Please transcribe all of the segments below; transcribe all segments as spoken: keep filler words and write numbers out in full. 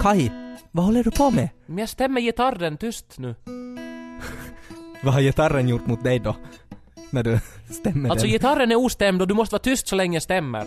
Kai, vad håller du på med? Men jag stämmer gitarren tyst nu. Vad har gitarren gjort mot dig då? När du stämmer Alltså den? gitarren är ostämd och du måste vara tyst så länge jag stämmer.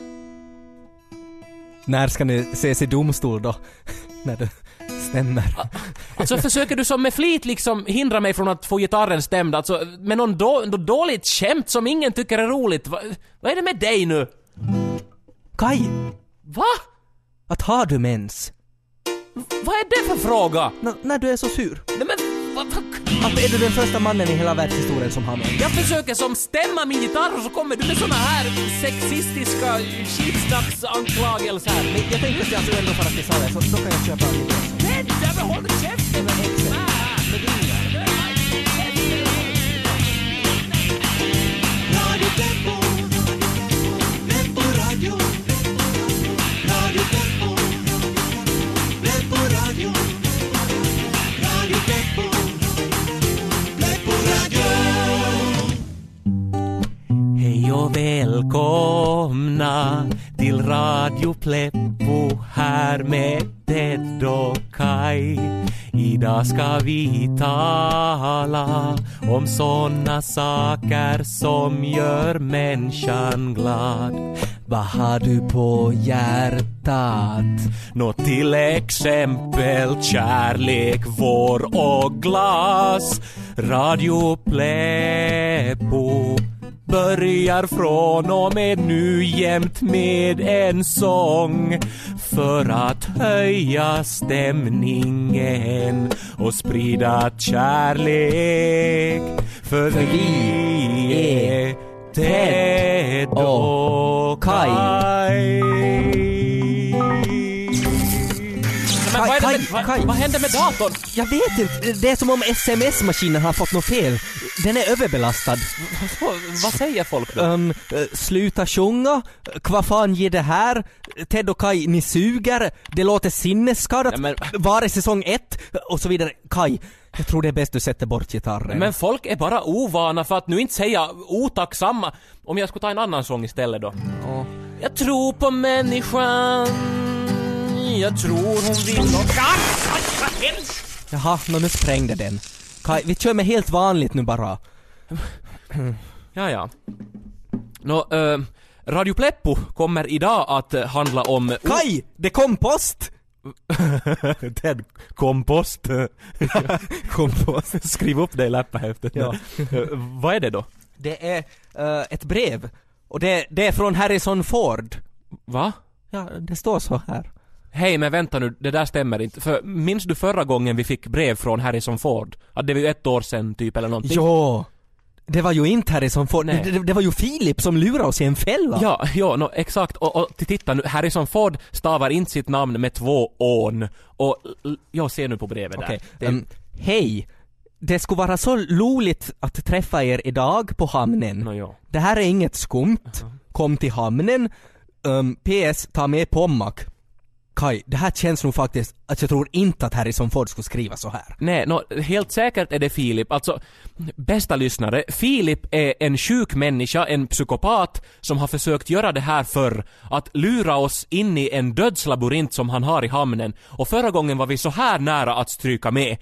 När ska ni ses i domstol då? När du stämmer. Alltså försöker du som med flit liksom hindra mig från att få gitarren stämd. Alltså med någon då, då dåligt skämt som ingen tycker är roligt. Va, vad är det med dig nu? Kai, Va? att har du mens? V- vad är det för fråga? N- när du är så sur. Nej men vad, vad? Att är du den första mannen i hela världshistorien som har mens? Jag försöker som stämma min gitarr och så kommer du med såna här sexistiska skitsnacksanklagelser. Men jag tänkte att jag skulle ändå fara till Sverige, så då kan jag köpa en gitarr. Nej, jag håller käften med häxen. Radio Tempo, Tempo Radio, Radio Tempo, Tempo Radio, Radio Tempo, Tempo Radio. Hej och välkomna till Radio Pleppo här med Ted och Kai. Idag ska vi tala om såna saker som gör människan glad. Vad har du på hjärtat? Nå till exempel kärlek, vår och glas. Radio Pleppo börjar från och med nu jämt med en sång för att höja stämningen och sprida kärlek, för vi är Ted och Kai. Men vad, är det med, vad, Kai. vad händer med datorn? Jag vet inte, det är som om sms-maskinen har fått något fel. Den är överbelastad. Vad, vad säger folk då? Um, sluta sjunga, vad fan ger det här? Ted och Kai, ni suger. Det låter sinnesskadat. Ja, men... Var är säsong ett? Och så vidare. Kai, jag tror det är bäst du sätter bort gitarren. Men folk är bara ovana, för att nu inte säga otacksamma. Om jag skulle ta en annan sång istället då. Ja. Jag tror på människan. Jag tror hon vill något. Jaha, nu sprängde den. Kai, vi kör med helt vanligt nu bara. Ja, ja. Nå, äh, Radio Pleppo kommer idag att uh, handla om... Kai, det kom post! Ted, kompost. Kompost. Skriv upp det i läppahäftet. Ja. uh, vad är det då? Det är uh, ett brev. Och det, det är från Harrison Ford. Va? Ja, det står så här. Hej, men vänta nu, det där stämmer inte. För minns du förra gången vi fick brev från Harrison Ford? Att det var ju ett år sedan typ eller någonting. Jo, det var ju inte Harrison Ford. Nej. Det, det var ju Filip som lurade oss i en fälla. Ja, ja, no, exakt. Och, och titta nu, Harrison Ford stavar in sitt namn med två ån. Och l- jag ser nu på brevet Okej, där. Det, um, hej. Det skulle vara så roligt att träffa er idag på hamnen. no, ja. Det här är inget skumt. Uh-huh. Kom till hamnen. Um, P S, ta med pommack. Kai, det här känns nog faktiskt att jag tror inte att Harrison Ford skulle skriva så här. Nej, no, helt säkert är det Filip. Alltså, bästa lyssnare, Filip är en sjuk människa, en psykopat som har försökt göra det här för att lura oss in i en dödslabyrint som han har i hamnen. Och förra gången var vi så här nära att stryka med.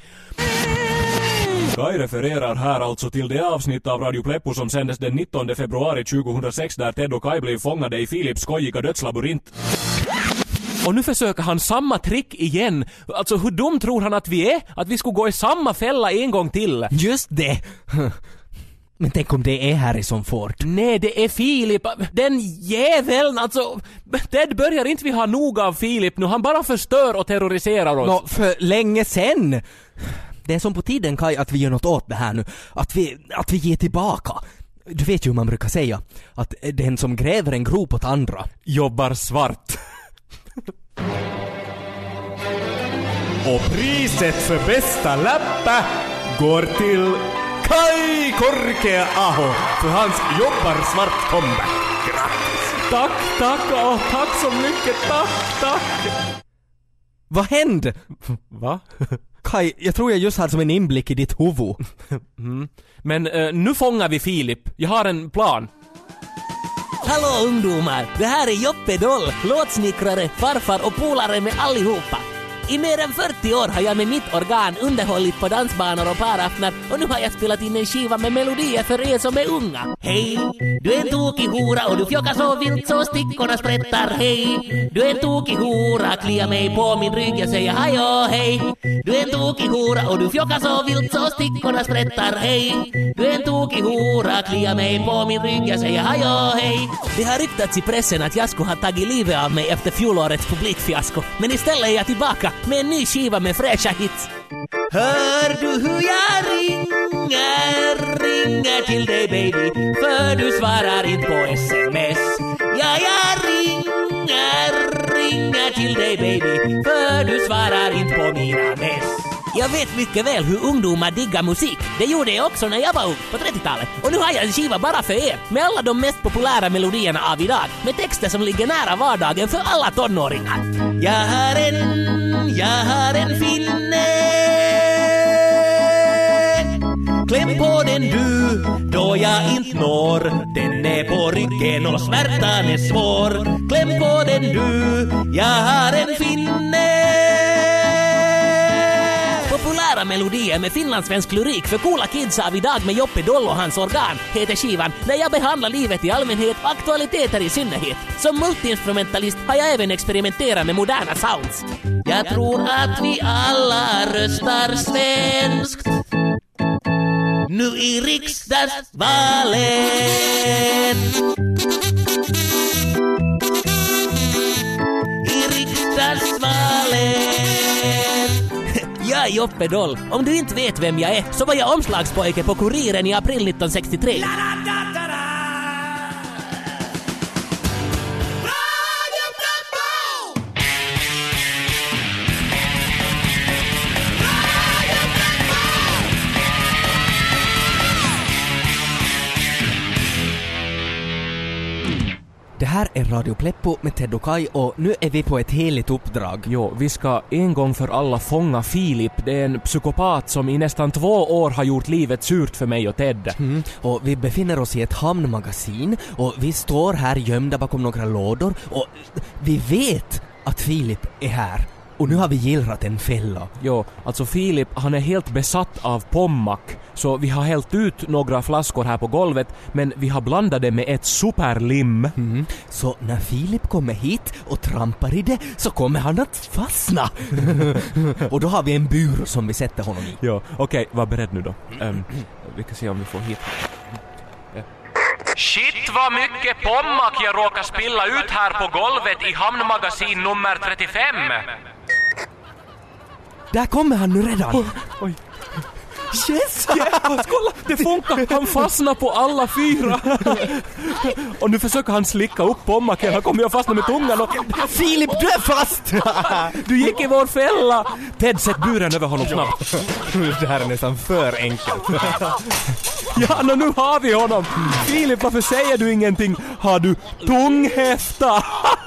Kai refererar här alltså till det avsnitt av Radio Pleppo som sändes den nittonde februari tjugohundrasex där Ted och Kai blev fångade i Filips skojiga dödslabyrint. Och nu försöker han samma trick igen. Alltså hur dum tror han att vi är? Att vi skulle gå i samma fälla en gång till? Just det. Men tänk om det är Harrison Ford. Nej, det är Filip. Den jäveln, alltså. Det börjar inte vi ha nog av Filip nu. Han bara förstör och terroriserar oss. Nå, för länge sen. Det är som på tiden, Kai, att vi gör något åt det här nu. Att vi, att vi ger tillbaka. Du vet ju hur man brukar säga. Att den som gräver en grop åt andra jobbar svart. Och priset för bästa läppa går till Kai Korkea-aho för hans jobbar svart comeback. Grattis! Tack, tack, åh, tack så mycket, tack, tack. Vad hände? Va? Kai, jag tror jag just hade som en inblick i ditt huvud. Mm. Men uh, nu fångar vi Filip. Jag har en plan. Hallå ungdomar, det här är Joppe Doll, låtsnickrare, farfar och polare med allihopa. I mer än fyrtio år har jag med mitt organ underhållit på dansbanor och paraftnar och nu har jag spelat in en skiva med melodier för er som är unga. Hej, du är en tokig hora och du fjockar så vilt så stickorna sprättar. Hej, du är en tokig hora, klia mig på min rygg, jag säger hej och hej. Du är en tokig hora och du fjockar så vilt så stickorna sprättar. Hej, du är en tokig hora, klia mig på min rygg, jag säger hej och hej. Det har ryktats i pressen att jag skulle ha tagit livet av mig efter fjolårets publikfiasko, men istället är jag tillbaka med en ny skiva med fräscha hits. Hör du hur jag ringer, ringer till dig baby, för du svarar inte på sms. Ja, jag ringer, ringer till dig baby, för du svarar inte på mina mess. Jag vet mycket väl hur ungdomar diggar musik. Det gjorde jag också när jag var ung på trettiotalet. Och nu har jag en skiva bara för er, med alla de mest populära melodierna av idag, med texter som ligger nära vardagen för alla tonåringar. Jag har en, jag har en finne. Kläm på den du, då jag inte når. Den är på ryggen och smärtan är svår. Kläm på den du, jag har en finne. Populära melodier med finlandssvensk lyrik för coola kids av idag med Joppe Doll och hans organ heter skivan, när jag behandlar livet i allmänhet och aktualiteter i synnerhet. Som multiinstrumentalist har jag även experimenterat med moderna sounds. Jag tror att vi alla röstar svenskt nu i riksdagsvalet. I riksdagsvalet. Jag är Joppe Doll. Om du inte vet vem jag är så var jag omslagspojke på Kuriren i april nittonhundrasextiotre. Det här är Radio Pleppo med Ted och Kai och nu är vi på ett heligt uppdrag. Jo, vi ska en gång för alla fånga Filip. Det är en psykopat som i nästan två år har gjort livet surt för mig och Ted. Mm. Och vi befinner oss i ett hamnmagasin och vi står här gömda bakom några lådor och vi vet att Filip är här. Och nu har vi gillrat en fälla. Jo, alltså Filip, han är helt besatt av pommack. Så vi har hällt ut några flaskor här på golvet, men vi har blandat det med ett superlim. Mm. Så när Filip kommer hit och trampar i det så kommer han att fastna. Och då har vi en bur som vi sätter honom i. Jo, okej, okay, var beredd nu då. Um, vi kan se om vi får hit. Shit vad mycket pommack jag råkar spilla ut här på golvet i hamnmagasin nummer trettiofem. Där kommer han nu redan. Oj, oj. Yes! Yes, kolla, det funkar. Han fastnar på alla fyra. Och nu försöker han slicka upp pommacken. Han kommer ju fastna med tungan och... Filip, du är fast! Du gick i vår fälla. Ted, sätt buren över honom snabbt. Det här är nästan för enkelt. Ja, no, nu har vi honom. Filip, varför säger du ingenting? Har du tunghäfta?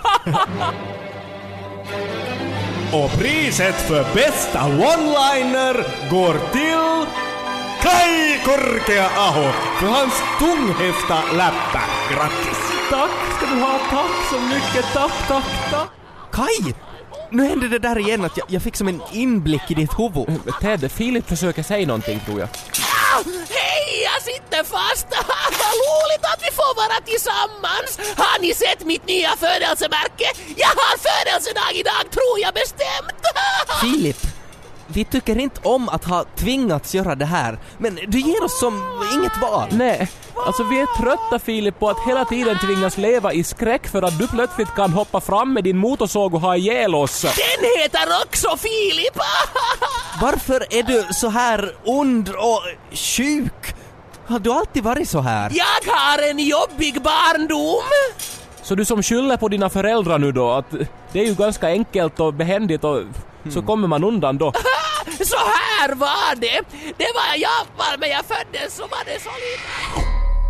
Och priset för bästa one-liner går till Kai Korkea-Aho för hans tunghäfta läppar. Grattis! Tack ska du ha, tack så mycket, tack, tack, tack. Kai, nu hände det där igen att jag, jag fick som en inblick i ditt huvud. Ted, Filip försöker säga någonting tror jag. Hej, jag sitter fast. Vad roligt att vi får vara tillsammans. Har ni sett mitt nya födelsemärke? Jag har födelsedag idag, tror jag bestämt. Filip, vi tycker inte om att ha tvingats göra det här, men du ger oss som inget val. Nej, alltså vi är trötta Filip på att hela tiden tvingas leva i skräck för att du plötsligt kan hoppa fram med din motorsåg och ha ihjäl oss. Den heter också Filip. Varför är du så här ond och sjuk? Har du alltid varit så här? Jag har en jobbig barndom. Så du som skyller på dina föräldrar nu då, att det är ju ganska enkelt och behändigt och mm. så kommer man undan då. Så här var det. Det var jag var men jag föddes så var det så lite.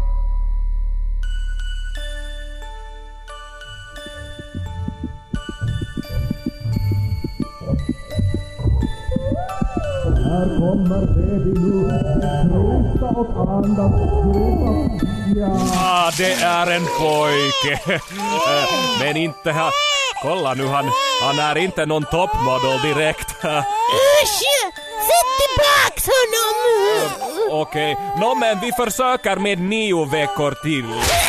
Här kommer baby nu, krysta och andas, krysta. Ja. Ah, det är en pojke. Men inte ha... Kolla nu, han, han är inte någon toppmodell direkt. Usch! Sätt tillbaks honom! Okej, okay. Nå men vi försöker med nio veckor till.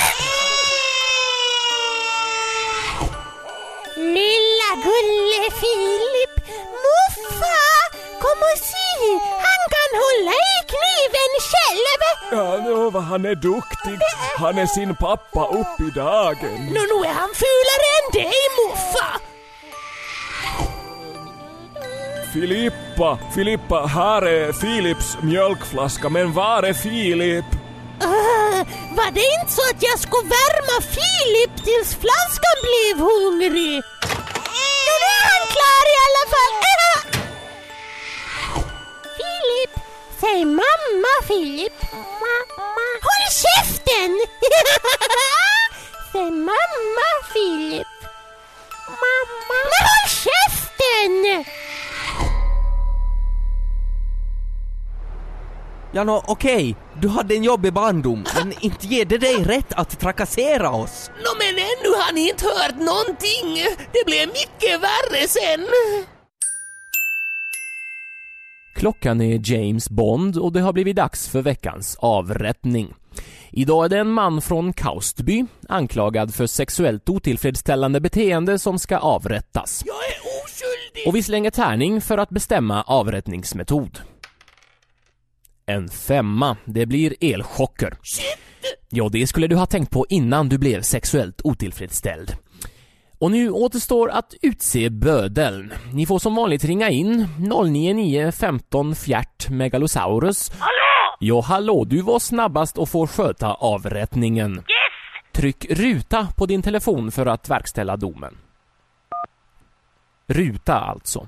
Lilla gulle Filip, muffa, kom och se, han kan hålla i kniven själv. Ja, nu vad han är duktig. Han är sin pappa upp i dagen. Nå, nu är han fulare än dig, muffa. Filippa, Filippa, här är Filips mjölkflaska, men var är Filip? Uh, var det inte så att jag skulle värma Filip tills flaskan blev hungrig? Nu är han klar i alla fall. Filip, säg mamma Filip. Mamma. Håll käften! Säg mamma Filip. Mamma. Men håll käften! Ja, nå, okej. Du hade en jobbig barndom, men inte ger det dig rätt att trakassera oss. Nå, men ännu har ni inte hört någonting. Det blir mycket värre sen. Klockan är James Bond och det har blivit dags för veckans avrättning. Idag är det en man från Kaustby anklagad för sexuellt otillfredsställande beteende som ska avrättas. Jag är oskyldig. Och vi slänger tärning för att bestämma avrättningsmetod. En femma, det blir elchocker. Shit. Ja, det skulle du ha tänkt på innan du blev sexuellt otillfredsställd. Och nu återstår att utse bödeln. Ni får som vanligt ringa in noll nio nio femton fjärt Megalosaurus. Hallå! Ja, hallå, du var snabbast och får sköta avrättningen. Yes! Tryck ruta på din telefon för att verkställa domen. Ruta alltså.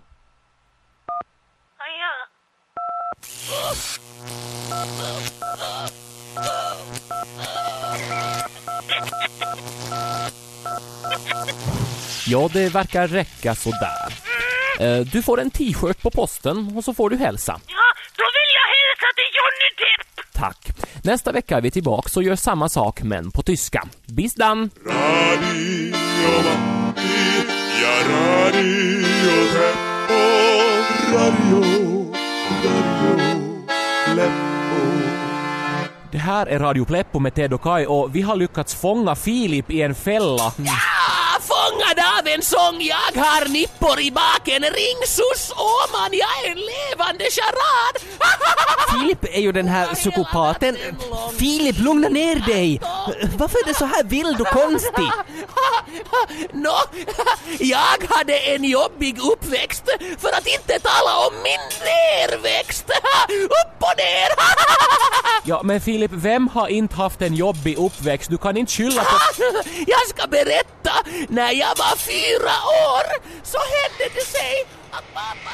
Ja, det verkar räcka så där. Du får en t-shirt på posten och så får du hälsa. Ja, då vill jag hälsa till Johnny Depp. Tack. Nästa vecka är vi tillbaka och gör samma sak men på tyska. Bis dann! Radio Vampir, ja Radio Teppo, Radio, Radio Pleppo. Det här är Radio Pleppo med Ted och Kai och vi har lyckats fånga Filip i en fälla. Ja, fångad av en sång. Jag har nippor i baken. Ring sus Åman, jag är en levande charad. Filip är ju den här psykopaten. Filip, lugna ner dig. Varför är det så här vild och konstig? Nå, jag hade en jobbig uppväxt, för att inte tala om min nerväxt. Upp och ner. Ja, men Filip, vem har inte haft en jobbig uppväxt? Du kan inte skylla på... Jag ska berätta. När jag var fyra år så hände det sig att mamma...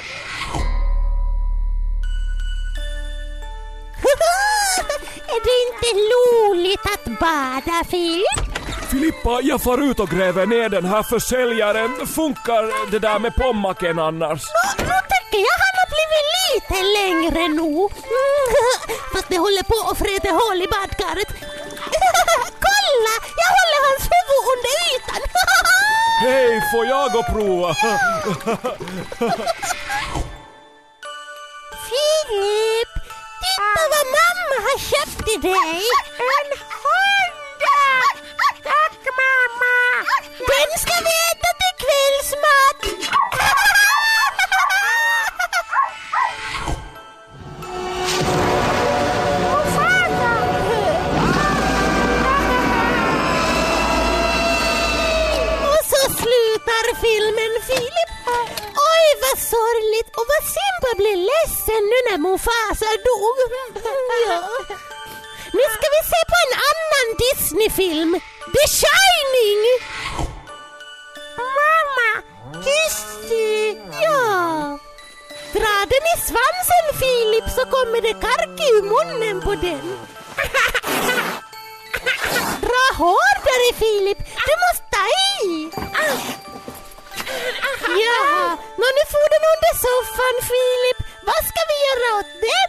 Är det inte roligt att bada, Filip? Filippa, jag får ut och gräver ner den här försäljaren. Funkar det där med pommaken annars? Nå, nu tycker jag han har blivit lite längre nu. Mm. Fast det håller på att fräta hål i badkaret. Kolla, jag håller hans huvud under ytan. Hej, får jag gå prova? Filip, titta vad mamma har köpt till dig. En Honda! Tack, mamma! Den ska vi äta till kvällsmat. Och så slutar filmen, Filip. Oj, vad sorgligt. Och vad Simba blev ledsen nu när Mufasa dog. Ja. Nu ska vi se på en annan Disney-film. The Shining. Mamma, Kissy. Ja. Dra den i svansen, Filip, så kommer det kark i munnen på den. Dra hårdare, Filip. Du måste ta i. Ja, nå nu får den under soffan, Filip. Vad ska vi göra åt det?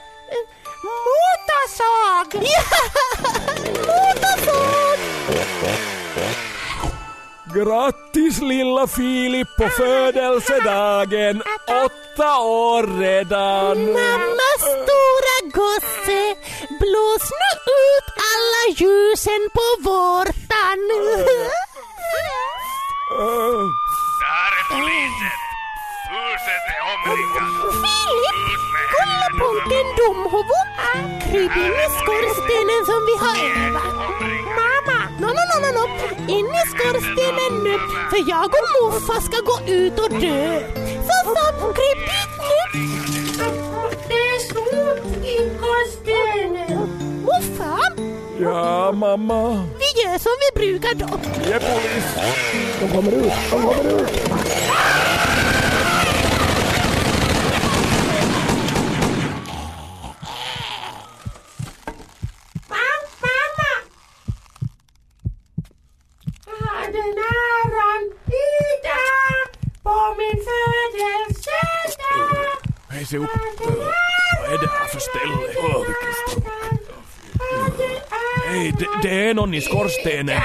Motorsåg! Ja, motorsåg! Grattis lilla Filip på födelsedagen. Åtta år redan. Mamma stora gosse, blås nu ut alla ljusen på vårtan. Där är polisen. Huset är omringat. Filip, kolla punken dumhuvud. Kryp in i skorstenen som vi har övat. Mamma, no, no, no, no, no. In i skorstenen nu, för jag och Muffa ska gå ut och dö. Så, så, kryp dit nu. Det är stort i skorstenen. Muffa? Ja, mamma. Vi gör som vi brukar då. Vi är polis. De kommer ut, de kommer ut. Hej, se upp. Vad är det här för ställe? Åh, vilken stank. Hej, det, det är någon i skorstenen.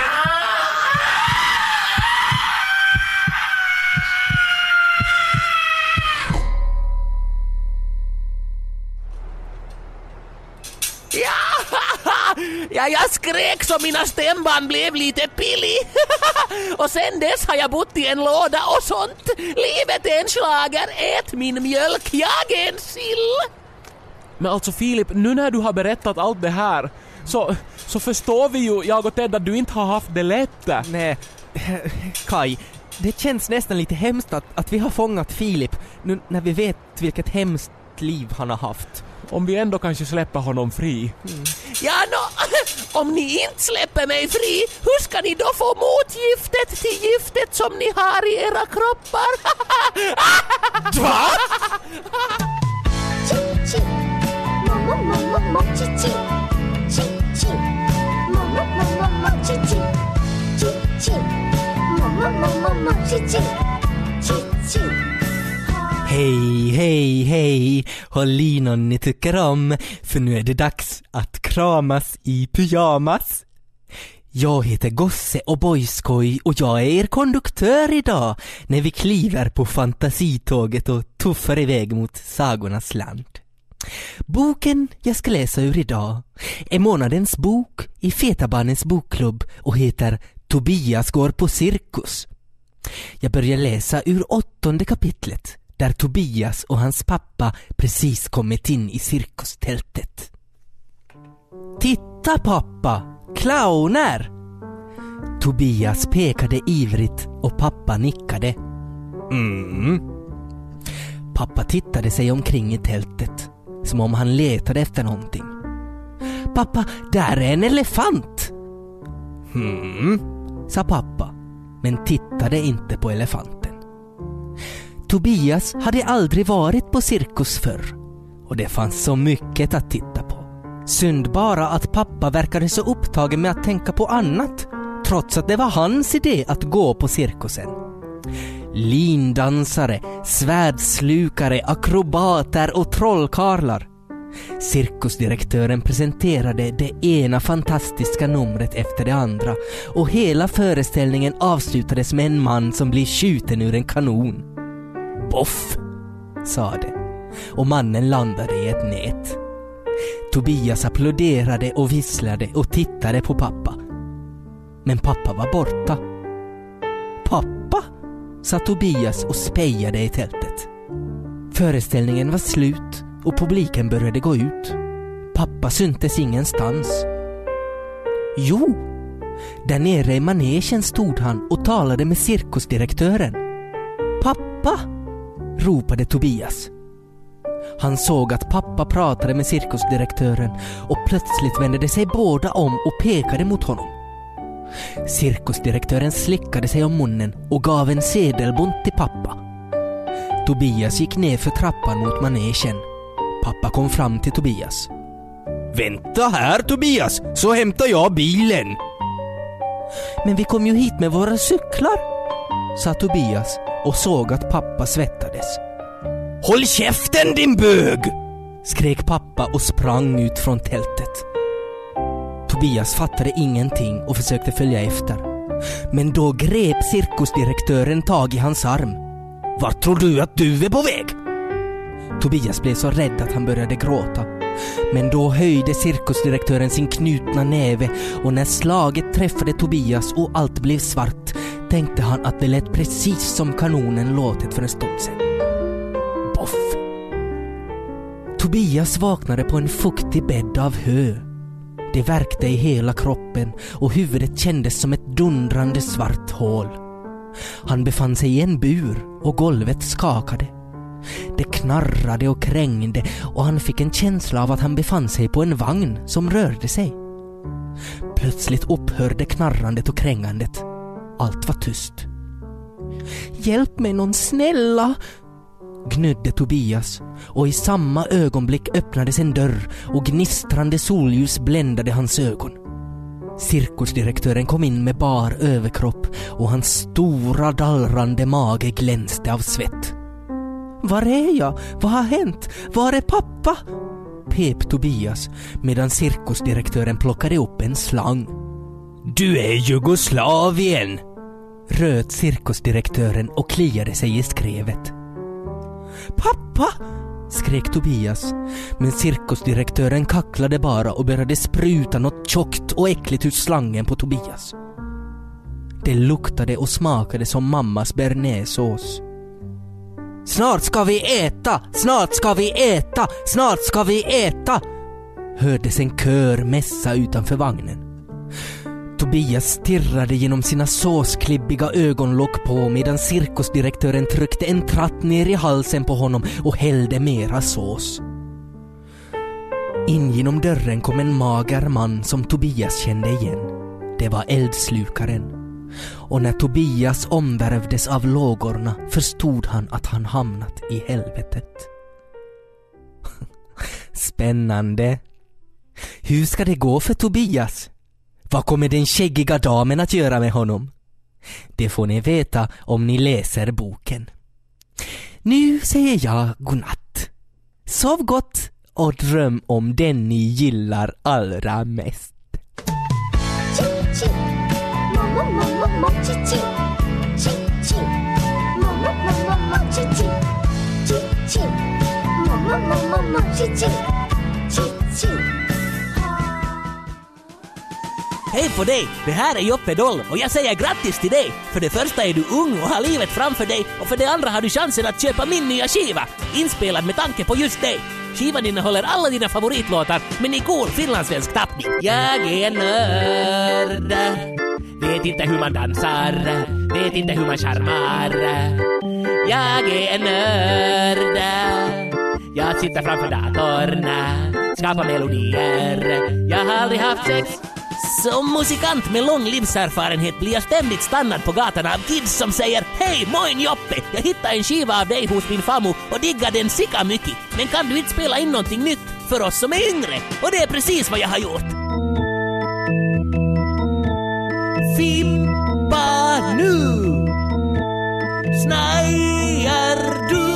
Ja, jag skrek så mina stämband blev lite pillig. Och sen dess har jag bott i en låda och sånt. Livet är en slager, ät min mjölk, jag är en sill. Men alltså Filip, nu när du har berättat allt det här så, så förstår vi ju, jag och Ted, att du inte har haft det lätt. Nej, Kai, det känns nästan lite hemskt att, att vi har fångat Filip nu när vi vet vilket hemskt liv han har haft. Om vi ändå kanske släpper honom fri. Mm. Ja, no, om ni inte släpper mig fri, hur ska ni då få motgiftet till giftet som ni har i era kroppar? Va? Chi-chi, mamma, mamma, mamma, chi-chi. Chi-chi, mamma, mamma, mamma, chi-chi. Chi-chi, mamma, mamma, mamma, chi-chi. Chi-chi. Hej, hej, hej! Håll i någon ni tycker om, för nu är det dags att kramas i pyjamas. Jag heter Gosse och Boyskoj och jag är er konduktör idag när vi kliver på fantasitåget och tuffar iväg mot sagornas land. Boken jag ska läsa ur idag är månadens bok i Fetabarnens bokklubb och heter Tobias går på cirkus. Jag börjar läsa ur åttonde kapitlet där Tobias och hans pappa precis kommit in i cirkustältet. Titta pappa, clowner! Tobias pekade ivrigt och pappa nickade. Mm. Pappa tittade sig omkring i tältet som om han letade efter någonting. Pappa, där är en elefant! Hmm, sa pappa, men tittade inte på elefanten. Tobias hade aldrig varit på cirkus förr och det fanns så mycket att titta på. Synd bara att pappa verkade så upptagen med att tänka på annat, trots att det var hans idé att gå på cirkusen. Lindansare, svärdslukare, akrobater och trollkarlar. Cirkusdirektören presenterade det ena fantastiska numret efter det andra och hela föreställningen avslutades med en man som blir skjuten ur en kanon. Boff, sa det, och mannen landade i ett nät. Tobias applåderade och visslade och tittade på pappa. Men pappa var borta. Pappa, sa Tobias och spejade i tältet. Föreställningen var slut och publiken började gå ut. Pappa syntes ingenstans. Jo, där nere i manegen stod han och talade med cirkusdirektören. Pappa, ropade Tobias. Han såg att pappa pratade med cirkusdirektören och plötsligt vände de sig båda om och pekade mot honom. Cirkusdirektören slickade sig om munnen och gav en sedelbunt till pappa. Tobias gick ner för trappan mot manegen. Pappa kom fram till Tobias. Vänta här Tobias, så hämtar jag bilen. Men vi kom ju hit med våra cyklar, sa Tobias och såg att pappa svettades. Håll käften din bög! Skrek pappa och sprang ut från tältet. Tobias fattade ingenting och försökte följa efter. Men då grep cirkusdirektören tag i hans arm. Vart tror du att du är på väg? Tobias blev så rädd att han började gråta. Men då höjde cirkusdirektören sin knutna näve och när slaget träffade Tobias och allt blev svart tänkte han att det lät precis som kanonen låtit för en stund sedan. Boff! Tobias vaknade på en fuktig bädd av hö. Det värkte i hela kroppen och huvudet kändes som ett dundrande svart hål. Han befann sig i en bur och golvet skakade. Det knarrade och krängde och han fick en känsla av att han befann sig på en vagn som rörde sig. Plötsligt upphörde knarrandet och krängandet. Allt var tyst. Hjälp mig någon snälla, gnödde Tobias och i samma ögonblick öppnades en dörr och gnistrande solljus bländade hans ögon. Cirkusdirektören kom in med bar överkropp och hans stora dallrande mage glänste av svett. Var är jag? Vad har hänt? Var är pappa? Pep Tobias medan cirkusdirektören plockade upp en slang. Du är Jugoslavien! Röt cirkusdirektören och kliade sig i skrevet. Pappa! Skrek Tobias, men cirkusdirektören kacklade bara och började spruta något tjockt och äckligt ur slangen på Tobias. Det luktade och smakade som mammas bearnaisesås. Snart ska vi äta! Snart ska vi äta! Snart ska vi äta! Hördes en kör mässa utanför vagnen. Tobias stirrade genom sina såsklibbiga ögonlock på medan cirkusdirektören tryckte en tratt ner i halsen på honom och hällde mera sås. In genom dörren kom en mager man som Tobias kände igen. Det var eldslukaren. Och när Tobias omvärvdes av lågorna förstod han att han hamnat i helvetet. Spännande. Hur ska det gå för Tobias? Vad kommer den skäggiga damen att göra med honom? Det får ni veta om ni läser boken. Nu säger jag godnatt. Sov gott och dröm om den ni gillar allra mest. Hej på dig, det här är Joppe Doll och jag säger grattis till dig. För det första är du ung och har livet framför dig och för det andra har du chansen att köpa min nya skiva, inspelad med tanke på just dig. Skivan innehåller alla dina favoritlåtar men i cool finlandssvensk tappning. Jag är nörd, vet inte hur man dansar, vet inte hur man charmar. Jag är nörd, jag sitter framför datorn, skapar melodier. Jag har aldrig haft sex. Som musikant med lång livserfarenhet blir jag ständigt stannad på gatan av kids som säger: hej, moin Joppe, jag hittade en skiva av dig hos min famo och diggar den sika mycket. Men kan du inte spela in någonting nytt för oss som är yngre? Och det är precis vad jag har gjort. Fimpa nu, snajar du,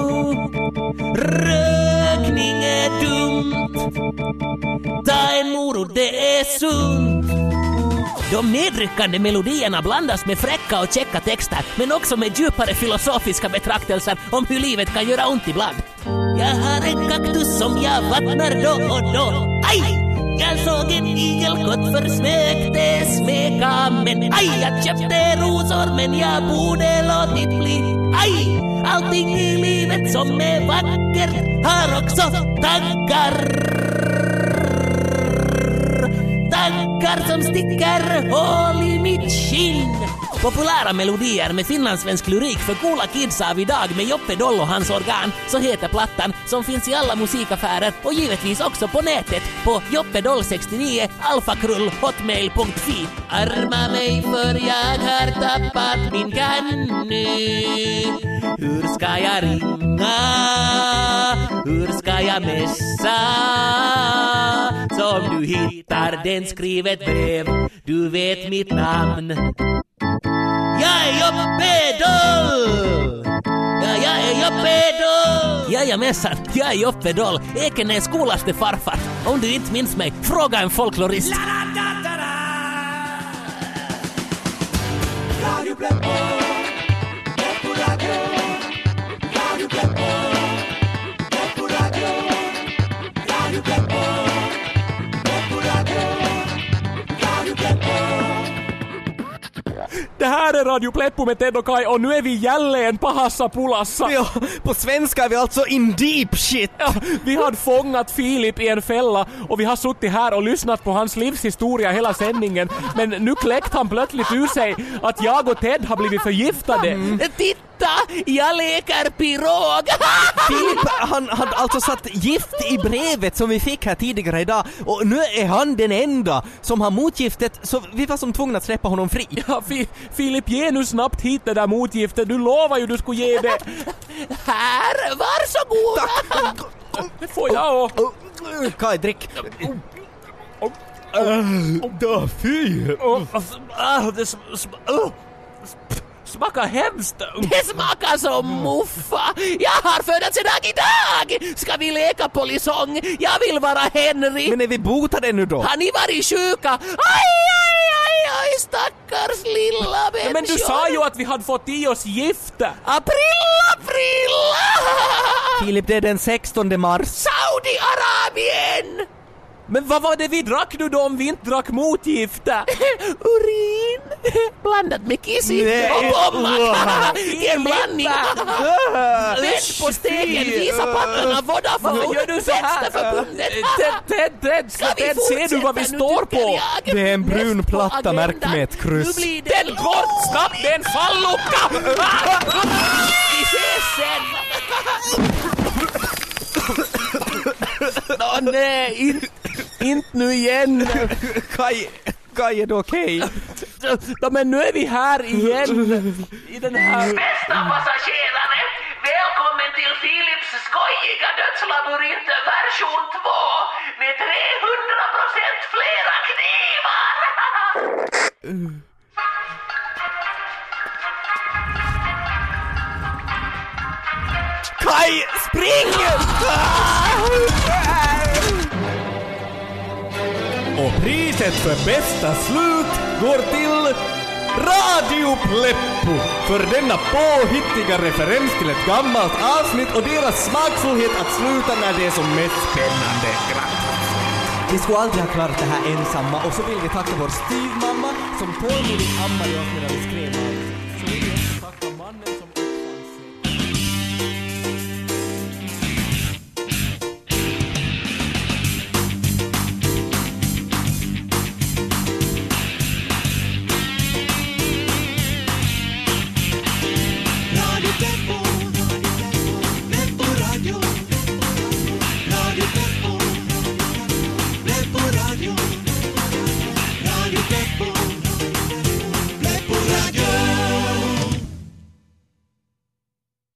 rökning är dumt, ta en morot, det är sunt. De nedryckande melodierna blandas med fräcka och checka texter, men också med djupare filosofiska betraktelser om hur livet kan göra ont ibland. Jag har en kaktus som jag vattnar då och då. Aj! Jag såg en igelkott försökte smeka, men aj, jag köpte rosor men jag borde låtit bli. Aj, allting i livet som är vackert har också tankar. Tankar som sticker hål i mitt skinn. Populära melodier med finlandssvensk lyrik för coola kids av idag med Joppe Doll och hans organ, så heter plattan, som finns i alla musikaffärer och givetvis också på nätet på joppedoll sextionio alfakrull hotmail punkt fi. Arma mig för jag har tappat min kanny. Hur ska jag ringa? Hur ska jag messa? Så om du hittar den, skriv ett brev. Du vet mitt namn. Jag är Joppe Doll! Ja, jag är Joppe Doll! Jajamensan, jag är Joppe Doll, Ekenäs coolaste farfar. Om du inte minns mig, fråga en folklorist. Det här är Radio Pleppo med Ted och Kai och nu är vi jälleen pahassa pulassa. Ja, på svenska är vi alltså in deep shit. Ja, vi har fångat Filip i en fälla och vi har suttit här och lyssnat på hans livshistoria hela sändningen. Men nu kläckte han plötsligt ur sig att jag och Ted har blivit förgiftade. Mm. Titta, jag leker pirog. Filip, han hade alltså satt gift i brevet som vi fick här tidigare idag och nu är han den enda som har motgiftet, så vi var som tvungna att släppa honom fri. Ja, Fi- Filip, ge nu snabbt hit det där motgiftet. Du lovar ju du skulle ge det. Här, varsågod. Det får jag och... Kai, drick. Da, fy! och ah, det sm- sm- uh, smakar hemskt. Det smakar som muffa. Jag har födats idag idag. Ska vi leka polisong? Jag vill vara Henry. Men är vi botade nu då? Har ni varit sjuka? Aj, aj, aj, aj, stackars lilla människor. Men du sa ju att vi hade fått i oss gift. April, april. Filip, det är den sextonde mars. Saudiarabien. Men vad var det vi drack nu då om vi inte drack motgifta? Urin. Blandat med kissi Nej. och bomma. Det är en blandning. Vänt på stegen, visa pattarna, vodda för Vad gör du så här? Vänsterförbundet. Ted, Ted, Ted, Ska vi Ted, ser du vad vi fortsätta? Nu står tycker på? jag. Det är en brun Näst på platta märkt agendan. med ett kryss. Nu blir det Ted, kort, snabbt, det är en fallucka! Vi ses sen. Åh nej, inte inte nu igen. Kai, Kai, är det okej? Ja, men nu är vi här igen. I den här... Bästa passagerare, välkommen till Philips skojiga dödslabyrint version två med trehundra procent flera knivar. Kai, spring! Och priset för bästa slut går till Radio Pleppo för denna påhittiga referens till ett gammalt avsnitt och deras smakfullhet att sluta när det är som mest spännande. Vi skulle aldrig ha klarat det här ensamma och så vill vi tacka vår styvmamma som tålmodigt ammade oss medan vi skrev allt.